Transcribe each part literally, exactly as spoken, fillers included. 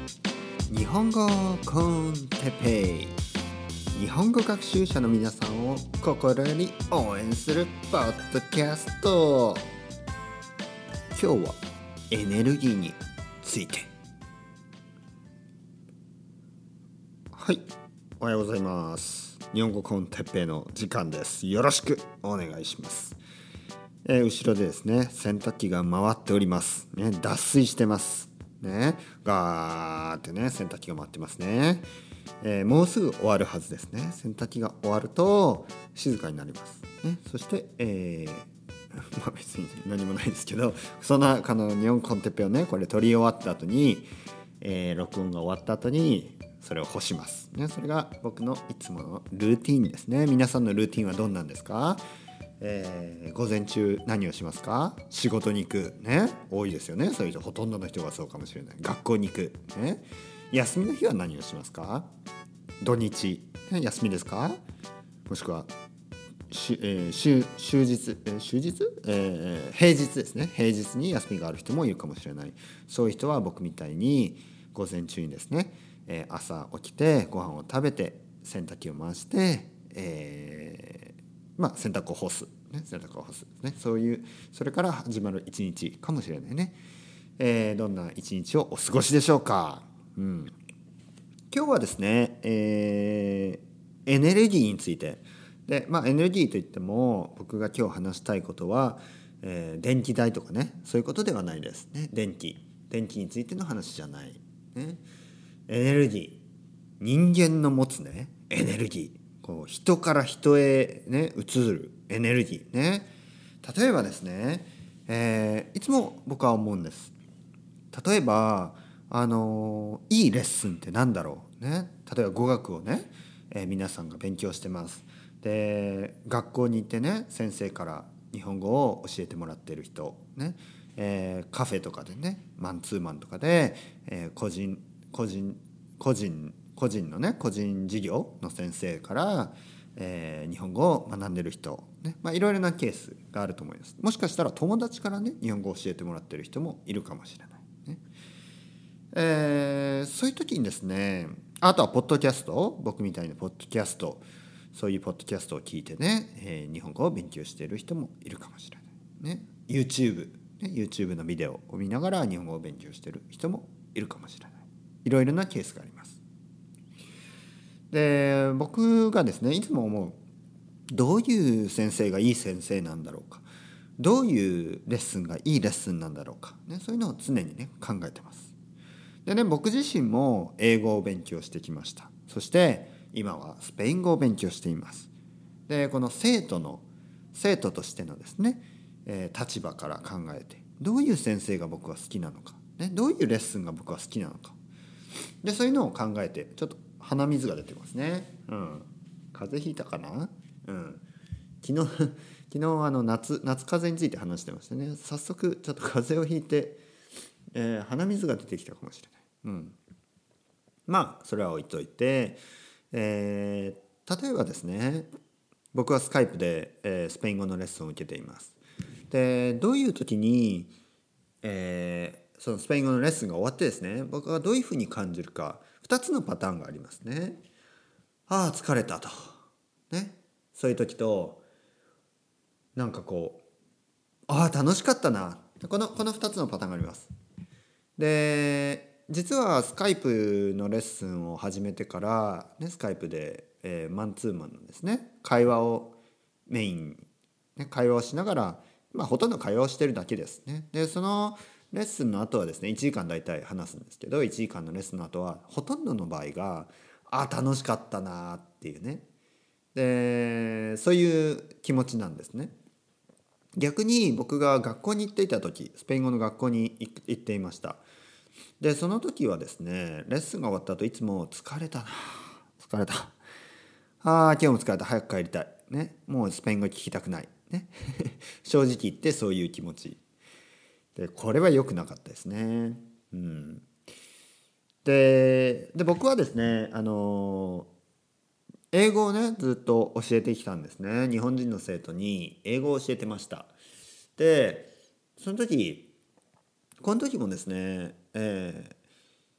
日本語コンテペイ、日本語学習者の皆さんを心より応援するポッドキャスト。今日はエネルギーについて。はい、おはようございます。日本語コンテペイの時間です。よろしくお願いします。えー、後ろでですね、洗濯機が回っております、ね、脱水してますね、ガーってね洗濯機が回ってますね、えー、もうすぐ終わるはずですね。洗濯機が終わると静かになります、ね、そして、えー、まあ別に何もないですけど、そんなあの日本コンテッペをねこれ撮り終わった後に、えー、録音が終わった後にそれを干します、ね、それが僕のいつものルーティンですね。皆さんのルーティンはどんなんですか？えー、午前中何をしますか？仕事に行くね、多いですよね。そういう人、ほとんどの人がそうかもしれない。学校に行くね。休みの日は何をしますか？土日、ね、休みですか？もしくはし、えー、週終日、えー、終日、えー、平日ですね。平日に休みがある人もいるかもしれない。そういう人は僕みたいに午前中にですね、えー、朝起きてご飯を食べて洗濯機を回して、えーまあ、洗濯を干す、ね、洗濯を干す、ね、そういうそれから始まる一日かもしれないね、えー、どんな一日をお過ごしでしょうか、うん、今日はですね、えー、エネルギーについてで、まあ、エネルギーといっても僕が今日話したいことは、えー、電気代とかね、そういうことではないですね。電気電気についての話じゃない、ね、エネルギー、人間の持つねエネルギー、こう人から人へね移るエネルギーね。例えばですね、えー、いつも僕は思うんです。例えばあのいいレッスンってなんだろうね。例えば語学をね、えー、皆さんが勉強してます。で学校に行ってね先生から日本語を教えてもらってる人ね、えー、カフェとかでねマンツーマンとかで、えー、個人個人個人個人のね個人事業の先生から、えー、日本語を学んでる人、ね、まあいろいろなケースがあると思います。もしかしたら友達からね日本語を教えてもらってる人もいるかもしれない、ねえー、そういう時にですね、あとはポッドキャスト、僕みたいなポッドキャスト、そういうポッドキャストを聞いてね、えー、日本語を勉強している人もいるかもしれない、ね、YouTube、ね、YouTube のビデオを見ながら日本語を勉強している人もいるかもしれない。いろいろなケースがあります。で僕がですねいつも思う、どういう先生がいい先生なんだろうか、どういうレッスンがいいレッスンなんだろうか、ね、そういうのを常にね考えてます。でね、僕自身も英語を勉強してきました。そして今はスペイン語を勉強しています。でこの生徒の生徒としてのですね、えー、立場から考えて、どういう先生が僕は好きなのか、ね、どういうレッスンが僕は好きなのか、でそういうのを考えて、ちょっと鼻水が出てますね、うん、風邪ひいたかな、うん、昨日昨日あの夏夏風邪について話してましたね。早速ちょっと風邪をひいて、えー、鼻水が出てきたかもしれない、うん、まあそれは置いといて、えー、例えばですね、僕はスカイプで、えー、スペイン語のレッスンを受けています。でどういう時に、えー、そのスペイン語のレッスンが終わってですね、僕がどういうふうに感じるか、ふたつのパターンがありますね。ああ疲れたと、ね、そういう時と、なんかこう、ああ楽しかったな、このこのふたつのパターンがあります。で実はスカイプのレッスンを始めてから、ね、スカイプで、えー、マンツーマンのですね会話をメイン、ね、会話をしながら、まあ、ほとんど会話をしてるだけですね。でそのレッスンの後はですねいちじかん大体話すんですけど、いちじかんのレッスンの後はほとんどの場合があ楽しかったなっていうね、でそういう気持ちなんですね。逆に僕が学校に行っていた時、スペイン語の学校に行っていました。でその時はですね、レッスンが終わった後いつも疲れたな、疲れた、ああ今日も疲れた、早く帰りたい、ね、もうスペイン語聞きたくない、ね、正直言ってそういう気持ちで、これは良くなかったですね、うん、でで僕はですね、あの英語をねずっと教えてきたんですね。日本人の生徒に英語を教えてました。でその時この時もですね、えー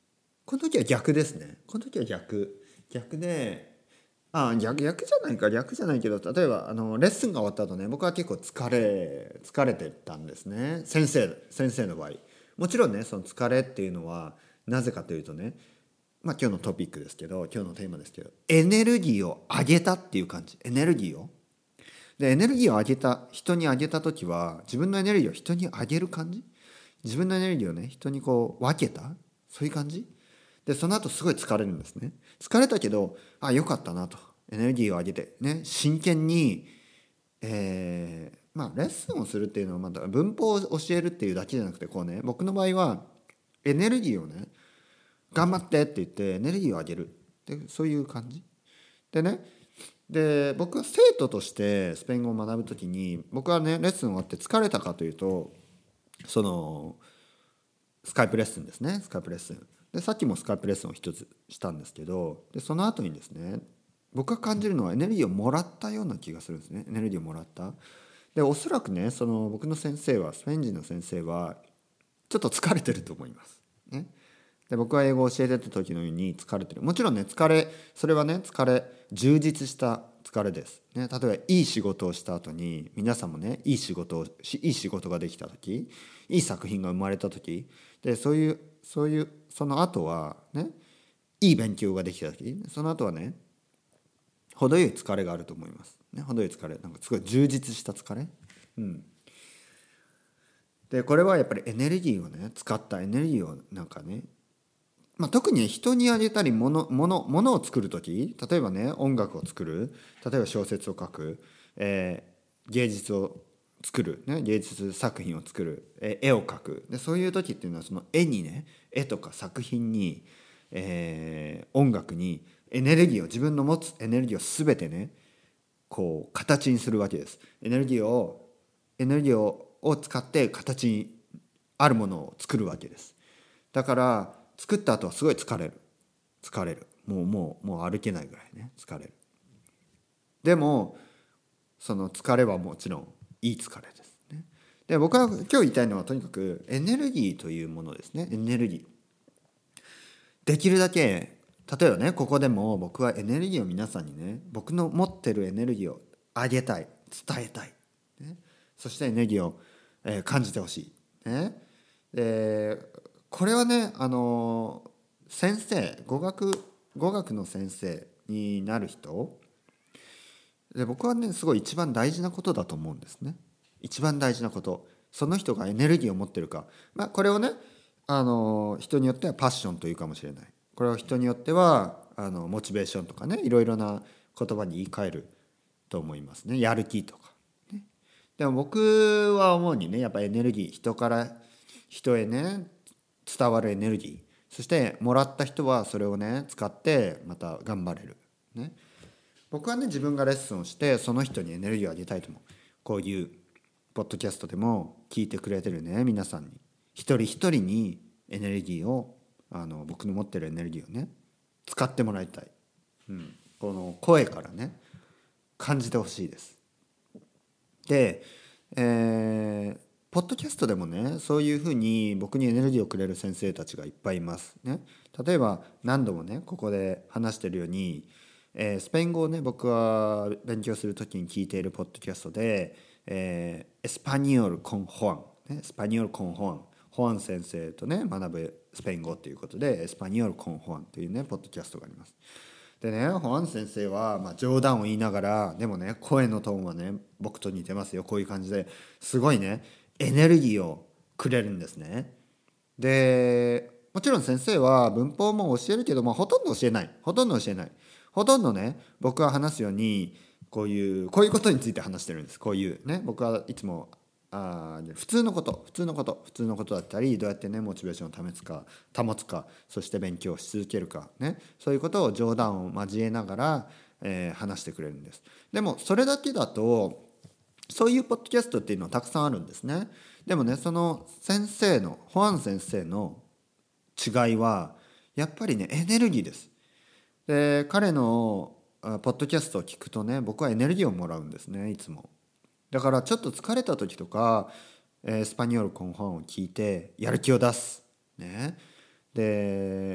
この時は逆ですね。この時は逆逆で、あ逆逆じゃないか逆じゃないけど、例えばあのレッスンが終わった後ね、僕は結構疲れ疲れてたんですね。先生先生の場合、もちろんね、その疲れっていうのはなぜかというとね、まあ今日のトピックですけど、今日のテーマですけど、エネルギーを上げたっていう感じ。エネルギーをでエネルギーを上げた人に上げた時は、自分のエネルギーを人に上げる感じ。自分のエネルギーをね、人にこう分けた、そういう感じで、その後すごい疲れるんですね。疲れたけど、あ、よかったなと。エネルギーを上げてね、真剣に、えー、まあレッスンをするっていうのは、また文法を教えるっていうだけじゃなくて、こうね、僕の場合はエネルギーをね、頑張ってって言ってエネルギーを上げるで、そういう感じでね。で僕は生徒としてスペイン語を学ぶときに、僕はねレッスン終わって疲れたかというと、そのスカイプレッスンですね。スカイプレッスンで、さっきもスカイプレッスンを一つしたんですけど、でその後にですね、僕が感じるのはエネルギーをもらったような気がするんですね。エネルギーをもらったで、おそらくね、その僕の先生は、スペイン人の先生はちょっと疲れてると思いますね。で僕は英語を教えてた時のように疲れてる、もちろんね、疲れ、それはね、疲れ、充実した疲れです、ね、例えばいい仕事をした後に、皆さんもね、いい仕事をしいい仕事ができた時、いい作品が生まれた時で、そういうそういうその後はね、いい勉強ができた時、その後はね、程よい疲れがあると思います、ね、程よい疲れ、なんかすごい充実した疲れ、うん、でこれはやっぱりエネルギーをね、使ったエネルギーをなんかね、まあ、特に人にあげたり、もの、もの、ものを作る時、例えばね、音楽を作る、例えば小説を書く、えー芸術を作る、ね、芸術作品を作る、えー絵を描くで、そういう時っていうのは、その絵にね、絵とか作品に、えー音楽にエネルギーを、自分の持つエネルギーを全てね、こう形にするわけです。エネルギーをエネルギーをを使って形にあるものを作るわけです。だから作った後はすごい疲れる疲れるもうもうもう歩けないぐらいね、疲れる。でもその疲れはもちろんいい疲れですね。で僕は今日言いたいのは、とにかくエネルギーというものですね。エネルギー、できるだけ、例えばね、ここでも僕はエネルギーを皆さんにね、僕の持ってるエネルギーを上げたい、伝えたい、ね、そしてエネルギーを、えー感じてほしい、ね、でこれはね、あの先生、語学語学の先生になる人で、僕はね、すごい一番大事なことだと思うんですね。一番大事なこと、その人がエネルギーを持ってるか、まあ、これをね、あの人によってはパッションというかもしれない。これを人によってはあのモチベーションとかね、いろいろな言葉に言い換えると思いますね。やる気とか、ね、でも僕は思うにね、やっぱエネルギー、人から人へね、伝わるエネルギー、そしてもらった人はそれをね、使ってまた頑張れる、ね、僕はね、自分がレッスンをしてその人にエネルギーをあげたいと思う。こういうポッドキャストでも聞いてくれてるね、皆さんに、一人一人にエネルギーを、あの僕の持ってるエネルギーをね、使ってもらいたい、うん、この声からね、感じてほしいです。で、えーポッドキャストでもね、そういうふうに僕にエネルギーをくれる先生たちがいっぱいいますね。例えば何度もね、ここで話しているように、えースペイン語をね、僕は勉強するときに聞いているポッドキャストで、えーエスパニオル・コン・ホアン、ね、エスパニオル・コン・ホアン、ホアン先生とね、学ぶスペイン語ということで、エスパニオル・コン・ホアンというね、ポッドキャストがあります。でね、ホアン先生は、まあ、冗談を言いながら、でもね、声のトーンはね、僕と似てますよ。こういう感じですごいね、エネルギーをくれるんですね。でもちろん先生は文法も教えるけども、ほとんど教えないほとんど教えないほとんどね、僕が話すようにこういうこういうことについて話してるんです。こういうね、僕はいつもあ普通のこと普通のこと普通のことだったり、どうやってね、モチベーションを保つか保つかそして勉強し続けるかね、そういうことを冗談を交えながら、えー話してくれるんです。でもそれだけだと、そういうポッドキャストっていうのはたくさんあるんですね。でもね、その先生のホアン先生の違いはやっぱりね、エネルギーです。で彼のあポッドキャストを聞くとね、僕はエネルギーをもらうんですね、いつも。だからちょっと疲れた時とか、えースパニョールコンファンを聞いてやる気を出すね。で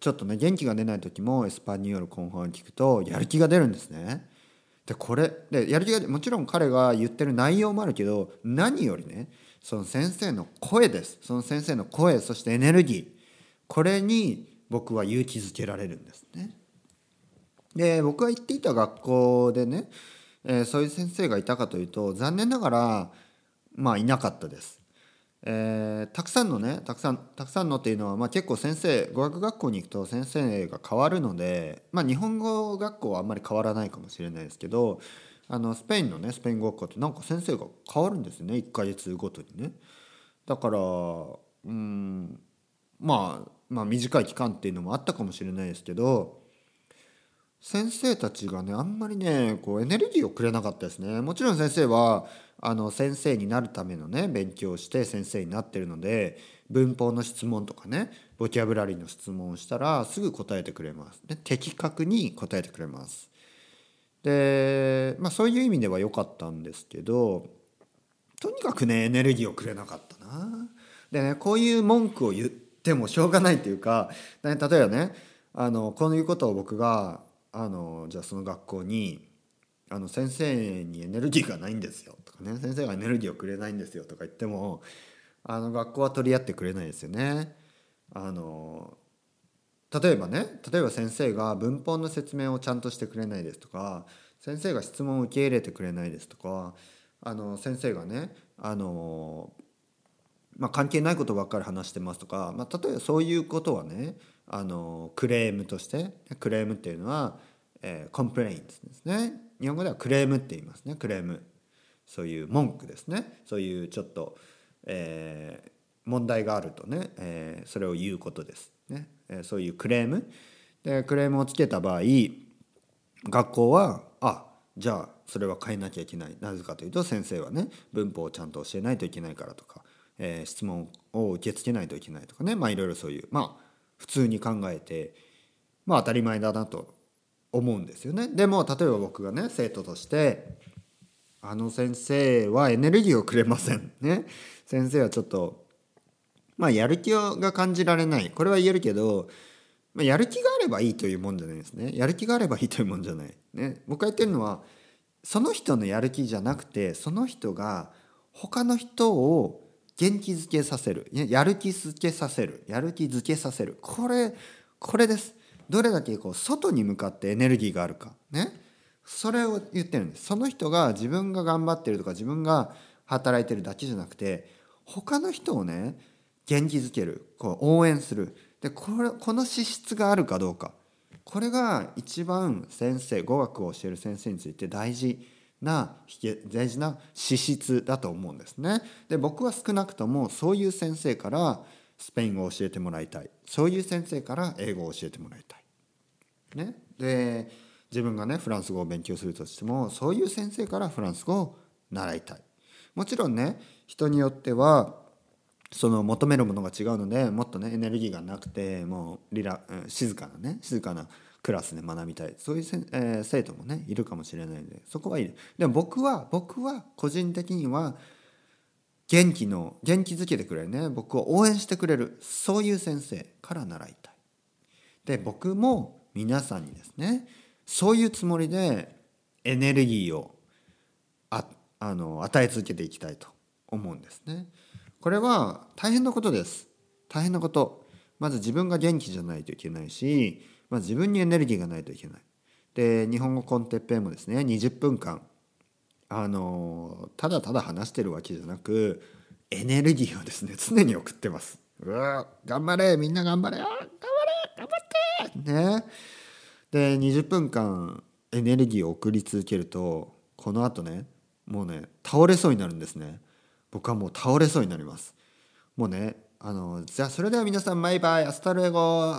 ちょっとね元気が出ない時もエスパニョールコンファを聞くとやる気が出るんですね。でこれでやる気がもちろん彼が言ってる内容もあるけど、何よりねその先生の声です。その先生の声、そしてエネルギー、これに僕は勇気づけられるんですね。で僕が行っていた学校でね、えー、そういう先生がいたかというと残念ながらまあいなかったです。えー、たくさんのねたくさんたくさんのっていうのは、まあ、結構先生語学学校に行くと先生が変わるので、まあ、日本語学校はあんまり変わらないかもしれないですけど、あのスペインのねスペイン語学校ってなんか先生が変わるんですね、いっかげつごとにね。だからうんまあまあ短い期間っていうのもあったかもしれないですけど、先生たちがねあんまりねこうエネルギーをくれなかったですね。もちろん先生はあの先生になるためのね勉強をして先生になってるので、文法の質問とかねボキャブラリーの質問をしたらすぐ答えてくれます。で的確に答えてくれます。でまあそういう意味では良かったんですけど、とにかくねエネルギーをくれなかったな。でねこういう文句を言ってもしょうがないっていうか、ね、例えばねあのこういうことを僕があのじゃあその学校にあの先生にエネルギーがないんですよとかね、先生がエネルギーをくれないんですよとか言っても、あの学校は取り合ってくれないですよね。あの例えばね例えば先生が文法の説明をちゃんとしてくれないですとか、先生が質問を受け入れてくれないですとか、あの先生がねあの、まあ、関係ないことばっかり話してますとか、まあ、例えばそういうことはねあのクレームとして、クレームっていうのは、えー、コンプレインですね。日本語ではクレームって言いますね。クレーム、そういう文句ですね。そういうちょっと、えー、問題があるとね、えー、それを言うことですね。えー、そういうクレームでクレームをつけた場合、学校はあじゃあそれは変えなきゃいけない。なぜかというと先生はね文法をちゃんと教えないといけないからとか、えー、質問を受け付けないといけないとかね、まあいろいろそういうまあ普通に考えてまあ当たり前だなと思うんですよね。でも例えば僕がね生徒としてあの先生はエネルギーをくれませんね。先生はちょっとまあやる気が感じられない、これは言えるけど、まあ、やる気があればいいというもんじゃないですね。やる気があればいいというもんじゃないね。僕が言ってるのはその人のやる気じゃなくて、その人が他の人を元気づけさせる、やる気づけさせる、やる気づけさせる、これこれです。どれだけこう外に向かってエネルギーがあるかね、それを言ってるんです。その人が自分が頑張ってるとか自分が働いてるだけじゃなくて、他の人をね元気づける、こう応援する。でこれこの資質があるかどうか、これが一番先生、語学を教える先生について大事な大事な資質だと思うんですね。で僕は少なくともそういう先生からスペイン語を教えてもらいたい、そういう先生から英語を教えてもらいたい、ね、で自分がねフランス語を勉強するとしてもそういう先生からフランス語を習いたい。もちろんね人によってはその求めるものが違うので、もっとねエネルギーがなくてもうリラ静かなね静かなクラスで学びたい、そういうせ、えー、生徒もねいるかもしれないので、そこはいい。でも僕は僕は個人的には元気の元気づけてくれるね、僕を応援してくれる、そういう先生から習いたい。で僕も皆さんにですねそういうつもりでエネルギーをああの与え続けていきたいと思うんですね。これは大変なことです。大変なこと。まず自分が元気じゃないといけないし、まず自分にエネルギーがないといけない。で日本語コンテッペイもですねにじゅっぷんかんあのただただ話してるわけじゃなくエネルギーをですね常に送ってます。うわ頑張れみんな頑張れ、頑張れ頑張ってね。でにじゅっぷんかんエネルギーを送り続けるとこのあとねもうね倒れそうになるんですね。僕はもう倒れそうになります。もうねあのじゃあそれでは皆さんバイバイアスタルエゴ、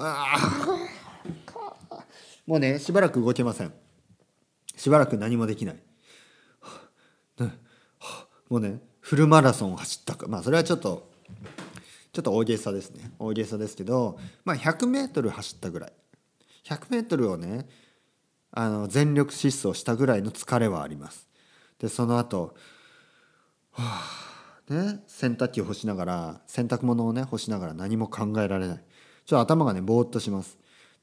もうねしばらく動けません。しばらく何もできない。もうねフルマラソンを走ったか、まあそれはちょっとちょっと大げさですね、大げさですけど、まあひゃくメートル走ったぐらい、ひゃくメートルをねあの全力疾走したぐらいの疲れはあります。でその後はあね洗濯機を干しながら洗濯物をね干しながら何も考えられない、ちょっと頭がねぼーっとします。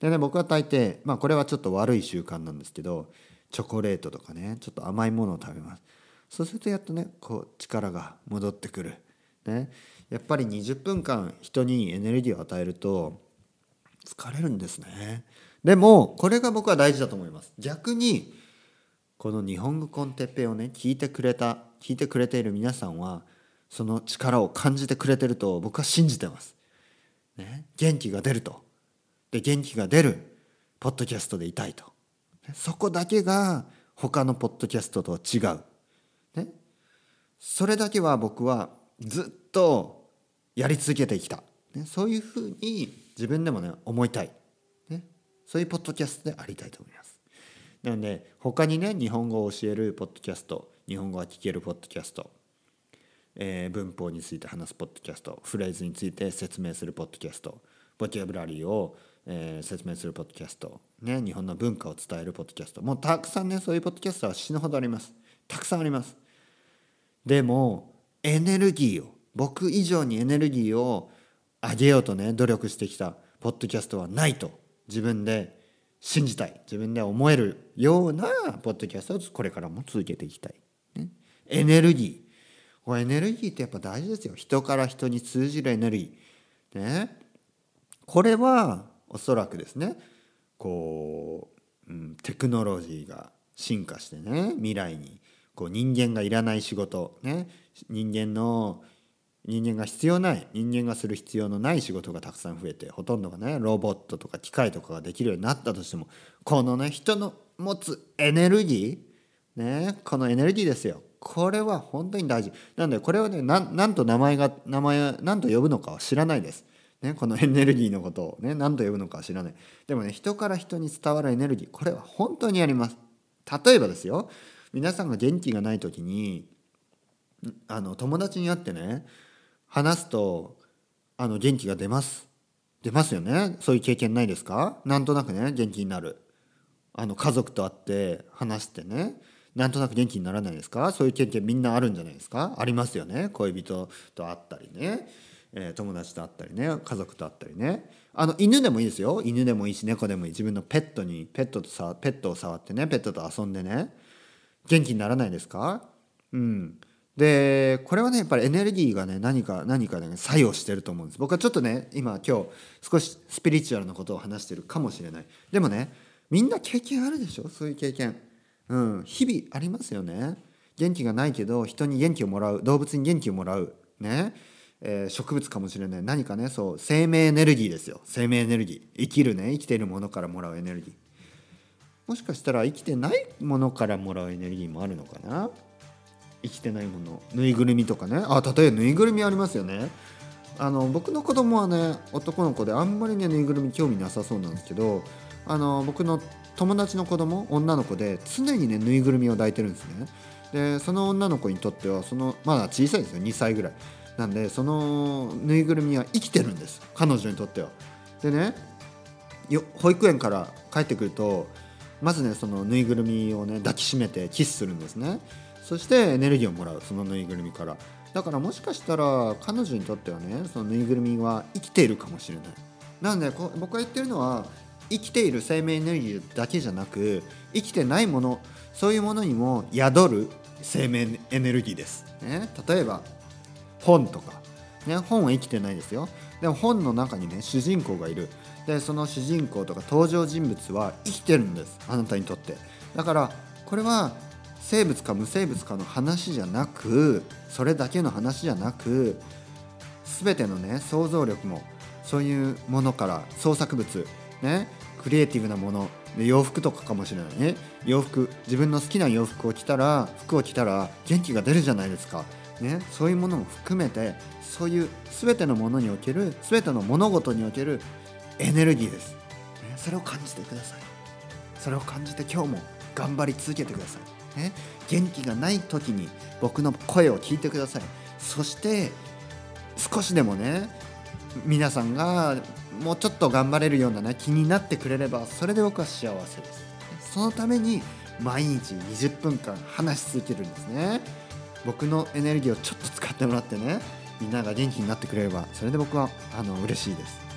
でね、僕は大抵、まあこれはちょっと悪い習慣なんですけど、チョコレートとかね、ちょっと甘いものを食べます。そうするとやっとね、こう力が戻ってくる。ね、やっぱりにじゅっぷんかん人にエネルギーを与えると疲れるんですね。でもこれが僕は大事だと思います。逆にこの日本語コンテッペイをね、聞いてくれた、聞いてくれている皆さんはその力を感じてくれてると僕は信じてます。ね、元気が出ると。で、元気が出るポッドキャストでいたいと。そこだけが他のポッドキャストとは違う。ね、それだけは僕はずっとやり続けてきた。ね、そういうふうに自分でもね、思いたい。ね、そういうポッドキャストでありたいと思います。なので、他にね、日本語を教えるポッドキャスト、日本語が聞けるポッドキャスト、えー、文法について話すポッドキャスト、フレーズについて説明するポッドキャスト、ボキャブラリーを、えー、説明するポッドキャスト、ね、日本の文化を伝えるポッドキャスト、もうたくさんね、そういうポッドキャストは死ぬほどあります。たくさんあります。でもエネルギーを、僕以上にエネルギーを上げようとね、努力してきたポッドキャストはないと自分で信じたい、自分で思えるようなポッドキャストをこれからも続けていきたい、ね、エネルギー、これエネルギーってやっぱ大事ですよ。人から人に通じるエネルギー、ね、これはおそらくですね、こう、うん、テクノロジーが進化してね、未来にこう人間がいらない仕事、ね、人間の人間が必要ない、人間がする必要のない仕事がたくさん増えて、ほとんどがね、ロボットとか機械とかができるようになったとしても、このね、人の持つエネルギー、ね、このエネルギーですよ。これは本当に大事。なのでこれはね、なん、なんと名前が名前なんと呼ぶのかは知らないです。ね、このエネルギーのことをね、何と呼ぶのかは知らない。でもね、人から人に伝わるエネルギー、これは本当にあります。例えばですよ、皆さんが元気がない時に、あの友達に会ってね、話すとあの元気が出ます。出ますよね。そういう経験ないですか？なんとなくね、元気になる。あの家族と会って話してね、なんとなく元気にならないですか？そういう経験みんなあるんじゃないですか？ありますよね。恋人と会ったりね、えー、友達と会ったりね、家族と会ったりね。あの犬でもいいですよ。犬でもいいし、猫でもいい。自分のペットにペットとさペットを触ってね、ペットと遊んでね、元気にならないですか？うん。でこれはね、やっぱりエネルギーがね、何か何かね、作用してると思うんです。僕はちょっとね、今今日少しスピリチュアルなことを話してるかもしれない。でもね、みんな経験あるでしょ、そういう経験。うん、日々ありますよね。元気がないけど人に元気をもらう、動物に元気をもらうね、えー、植物かもしれない、何かね、そう生命エネルギーですよ。生命エネルギー、生きるね、生きているものからもらうエネルギー。もしかしたら生きてないものからもらうエネルギーもあるのかな。生きてないもの、ぬいぐるみとかね。あ、例えばぬいぐるみありますよね。あの僕の子供はね、男の子であんまりね、ぬいぐるみ興味なさそうなんですけど、あの僕の友達の子供、女の子で常にね、ぬいぐるみを抱いてるんですね。でその女の子にとっては、そのまだ小さいですよ、にさいぐらいなんで、そのぬいぐるみは生きてるんです、彼女にとっては。でね、よ保育園から帰ってくると、まずね、そのぬいぐるみをね、抱きしめてキスするんですね。そしてエネルギーをもらう、そのぬいぐるみから。だからもしかしたら彼女にとってはね、そのぬいぐるみは生きているかもしれない。なのでこ僕が言ってるのは、生きている生命エネルギーだけじゃなく、生きてないもの、そういうものにも宿る生命エネルギーです、ね、例えば本とか、ね、本は生きてないですよ。でも本の中にね、主人公がいる。でその主人公とか登場人物は生きてるんです、あなたにとって。だからこれは生物か無生物かの話じゃなく、それだけの話じゃなく、全てのね、想像力もそういうものから、創作物ね、クリエイティブなもので、洋服とかかもしれないね。洋服、自分の好きな洋服を着たら服を着たら元気が出るじゃないですか、ね、そういうものも含めて、そういう全てのものにおける、全ての物事におけるエネルギーです、ね、それを感じてください。それを感じて今日も頑張り続けてください、ね、元気がない時に僕の声を聞いてください。そして少しでもね、皆さんがもうちょっと頑張れるような、ね、気になってくれれば、それで僕は幸せです。そのために毎日にじゅっぷんかん話し続けるんですね。僕のエネルギーをちょっと使ってもらってね、みんなが元気になってくれれば、それで僕はあの嬉しいです。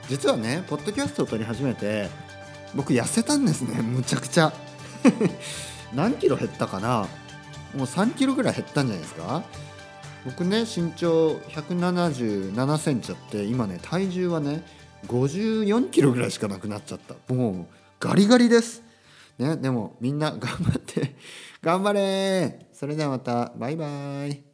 実はねポッドキャストを撮り始めて僕痩せたんですね。むちゃくちゃ何キロ減ったかな。もうさんキロぐらい減ったんじゃないですか。僕ね身長ひゃくななじゅうななセンチあって今ね体重はねごじゅうよんキロぐらいしかなくなっちゃった。もうガリガリですね。でもみんな頑張って頑張れ。それではまたバイバイ。